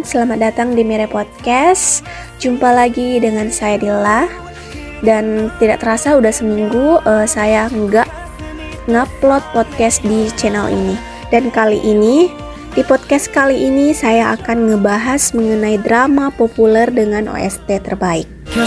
teman-teman, selamat datang di Mire Podcast. Jumpa lagi dengan saya Dilla. Dan tidak terasa udah seminggu saya nggak ngupload podcast di channel ini. Dan di podcast kali ini saya akan ngebahas mengenai drama populer dengan OST terbaik.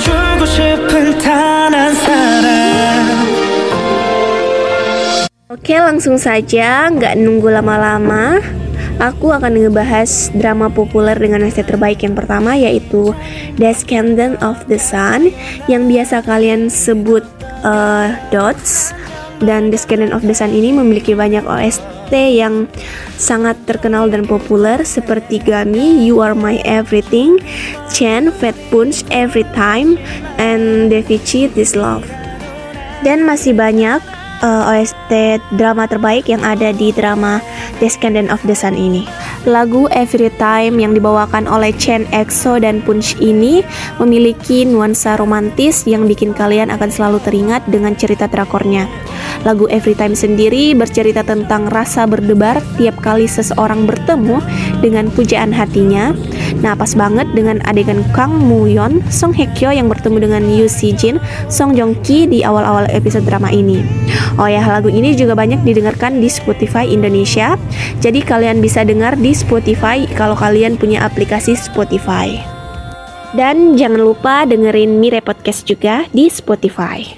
Oke, langsung saja, nggak nunggu lama-lama. Aku akan ngebahas drama populer dengan OST terbaik yang pertama, yaitu Descendant of the Sun, yang biasa kalian sebut DOTS. Dan Descendant of the Sun ini memiliki banyak OST yang sangat terkenal dan populer, seperti Gami, You Are My Everything, Chen, Fat Punch, Every Time, and Devichi, This Love. Dan masih banyak OST drama terbaik yang ada di drama Descendant of the Sun ini. Lagu Every Time yang dibawakan oleh Chen, EXO, dan Punch ini memiliki nuansa romantis yang bikin kalian akan selalu teringat dengan cerita drakornya. Lagu Every Time sendiri bercerita tentang rasa berdebar tiap kali seseorang bertemu dengan pujaan hatinya. Nah, pas banget dengan adegan Kang Moo-yeon, Song Hye-kyo yang bertemu dengan Yoo Si-jin, Song Joong-ki di awal-awal episode drama ini. Oh ya, lagu ini juga banyak didengarkan di Spotify Indonesia. Jadi kalian bisa dengar di Spotify kalau kalian punya aplikasi Spotify. Dan jangan lupa dengerin Mire Podcast juga di Spotify.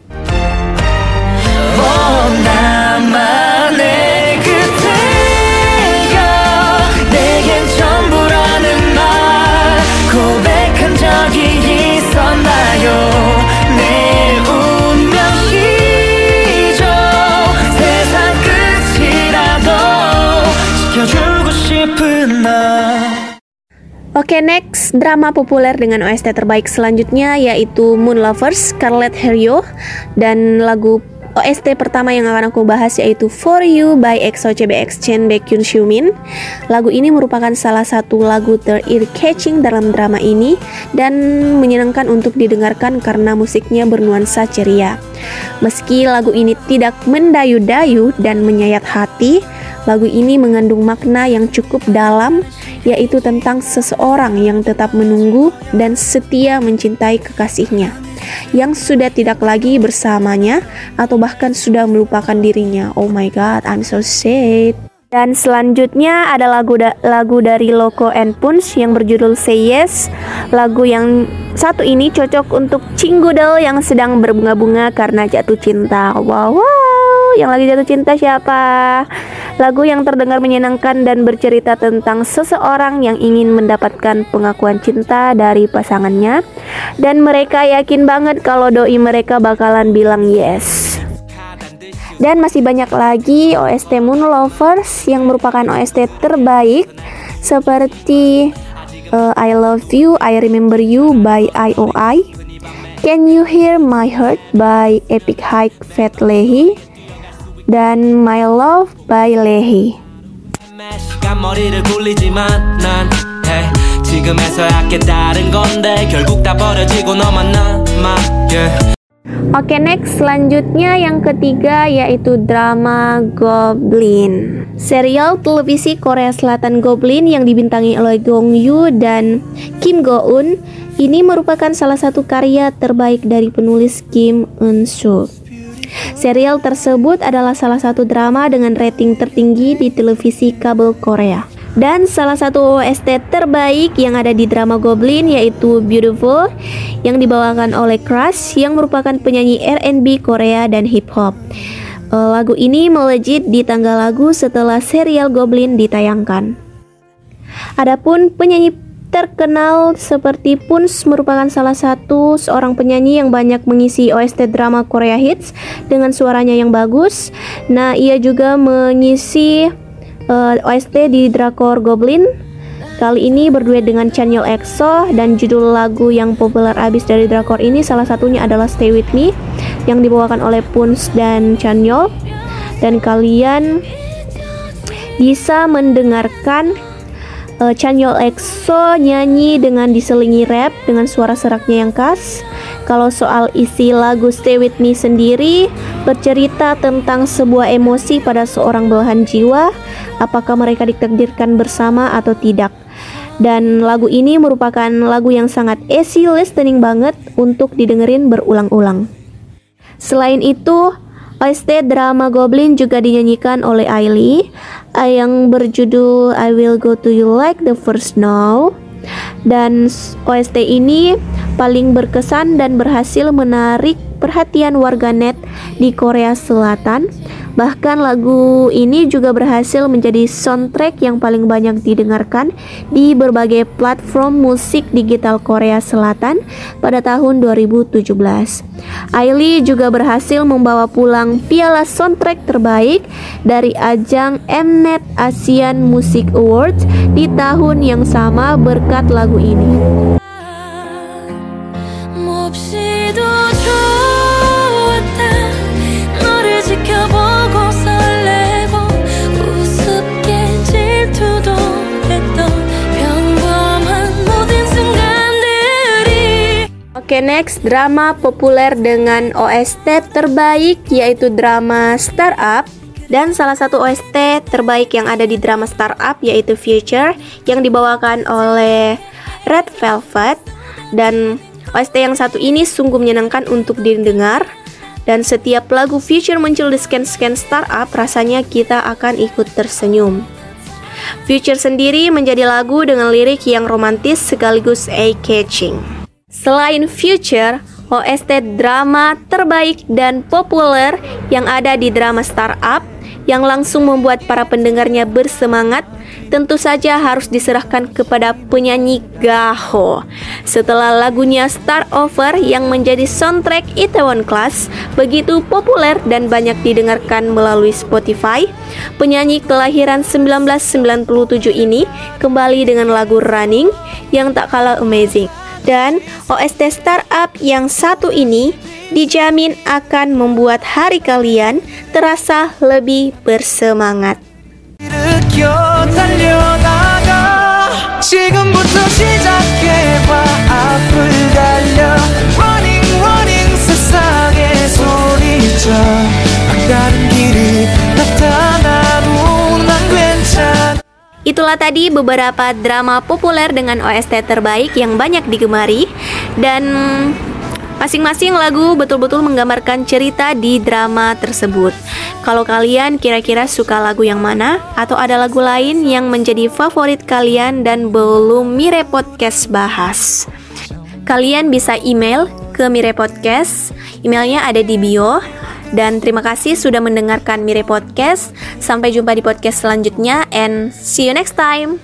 Oke, next drama populer dengan OST terbaik selanjutnya yaitu Moon Lovers, Scarlet Hero. Dan lagu OST pertama yang akan aku bahas yaitu For You by EXO, CBX, Chen, Baekhyun, Xiumin. Lagu ini merupakan salah satu lagu ter-ear-catching dalam drama ini dan menyenangkan untuk didengarkan karena musiknya bernuansa ceria. Meski lagu ini tidak mendayu-dayu dan menyayat hati, lagu ini mengandung makna yang cukup dalam, yaitu tentang seseorang yang tetap menunggu dan setia mencintai kekasihnya yang sudah tidak lagi bersamanya atau bahkan sudah melupakan dirinya. Oh my god, I'm so sad. Dan selanjutnya ada lagu dari Loco and Punch yang berjudul Say Yes. Lagu yang satu ini cocok untuk Cinggudel yang sedang berbunga-bunga karena jatuh cinta. Wow, yang lagi jatuh cinta siapa? Lagu yang terdengar menyenangkan dan bercerita tentang seseorang yang ingin mendapatkan pengakuan cinta dari pasangannya, dan mereka yakin banget kalau doi mereka bakalan bilang yes. Dan masih banyak lagi OST Moon Lovers yang merupakan OST terbaik, seperti I Love You, I Remember You by IOI, Can You Hear My Heart by Epic High Fat Lehi, dan My Love by Lehi. Oke, next selanjutnya yang ketiga yaitu drama Goblin. Serial televisi Korea Selatan Goblin yang dibintangi oleh Gong Yoo dan Kim Go Eun ini merupakan salah satu karya terbaik dari penulis Kim Eun Soo. Serial tersebut adalah salah satu drama dengan rating tertinggi di televisi kabel Korea. Dan salah satu OST terbaik yang ada di drama Goblin yaitu Beautiful yang dibawakan oleh Crush yang merupakan penyanyi R&B Korea dan hip hop. Lagu ini melejit di tangga lagu setelah serial Goblin ditayangkan. Adapun penyanyi terkenal seperti Punch merupakan salah satu seorang penyanyi yang banyak mengisi OST drama Korea hits dengan suaranya yang bagus. Nah, ia juga mengisi OST di drakor Goblin. Kali ini berduet dengan Chanyeol EXO, dan judul lagu yang populer abis dari drakor ini salah satunya adalah Stay With Me yang dibawakan oleh Punch dan Chanyeol. Dan kalian bisa mendengarkan Chanyeol EXO nyanyi dengan diselingi rap dengan suara seraknya yang khas. Kalau soal isi lagu Stay With Me sendiri bercerita tentang sebuah emosi pada seorang belahan jiwa, apakah mereka ditakdirkan bersama atau tidak. Dan lagu ini merupakan lagu yang sangat easy listening banget untuk didengerin berulang-ulang. Selain itu, OST drama Goblin juga dinyanyikan oleh Ailey yang berjudul I Will Go To You Like The First Now. Dan OST ini paling berkesan dan berhasil menarik perhatian warganet di Korea Selatan. Bahkan lagu ini juga berhasil menjadi soundtrack yang paling banyak didengarkan di berbagai platform musik digital Korea Selatan pada tahun 2017. Ailey juga berhasil membawa pulang piala soundtrack terbaik dari ajang Mnet Asian Music Awards di tahun yang sama berkat lagu ini. Oke, next, drama populer dengan OST terbaik yaitu drama Startup. Dan salah satu OST terbaik yang ada di drama Startup yaitu Future yang dibawakan oleh Red Velvet. Dan OST yang satu ini sungguh menyenangkan untuk didengar. Dan setiap lagu Future muncul di scan-scan Startup, rasanya kita akan ikut tersenyum. Future sendiri menjadi lagu dengan lirik yang romantis sekaligus eye-catching. Selain Future, OST drama terbaik dan populer yang ada di drama Startup yang langsung membuat para pendengarnya bersemangat tentu saja harus diserahkan kepada penyanyi Gaho. Setelah lagunya Start Over yang menjadi soundtrack Itaewon Class begitu populer dan banyak didengarkan melalui Spotify, penyanyi kelahiran 1997 ini kembali dengan lagu Running yang tak kalah amazing. Dan OST Startup yang satu ini dijamin akan membuat hari kalian terasa lebih bersemangat. Itulah tadi beberapa drama populer dengan OST terbaik yang banyak digemari. Dan masing-masing lagu betul-betul menggambarkan cerita di drama tersebut. Kalau kalian kira-kira suka lagu yang mana? Atau ada lagu lain yang menjadi favorit kalian dan belum Mire Podcast bahas? Kalian bisa email ke Mire Podcast. Emailnya ada di bio. Dan terima kasih sudah mendengarkan Mire Podcast. Sampai jumpa di podcast selanjutnya and see you next time.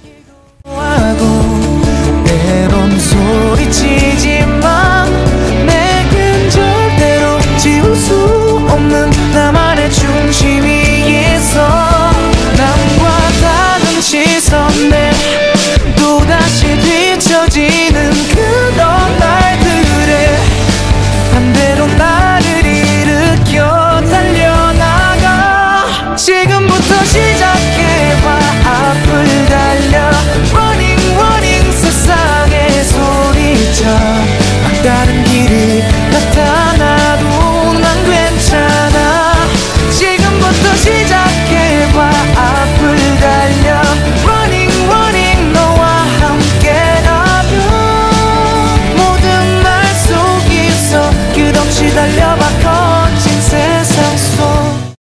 다른 길이 나타나도 난 괜찮아. 지금부터 시작해봐. 앞을 달려 Running running 너와 함께라면 모든 날 속에서 끝없이 달려봐.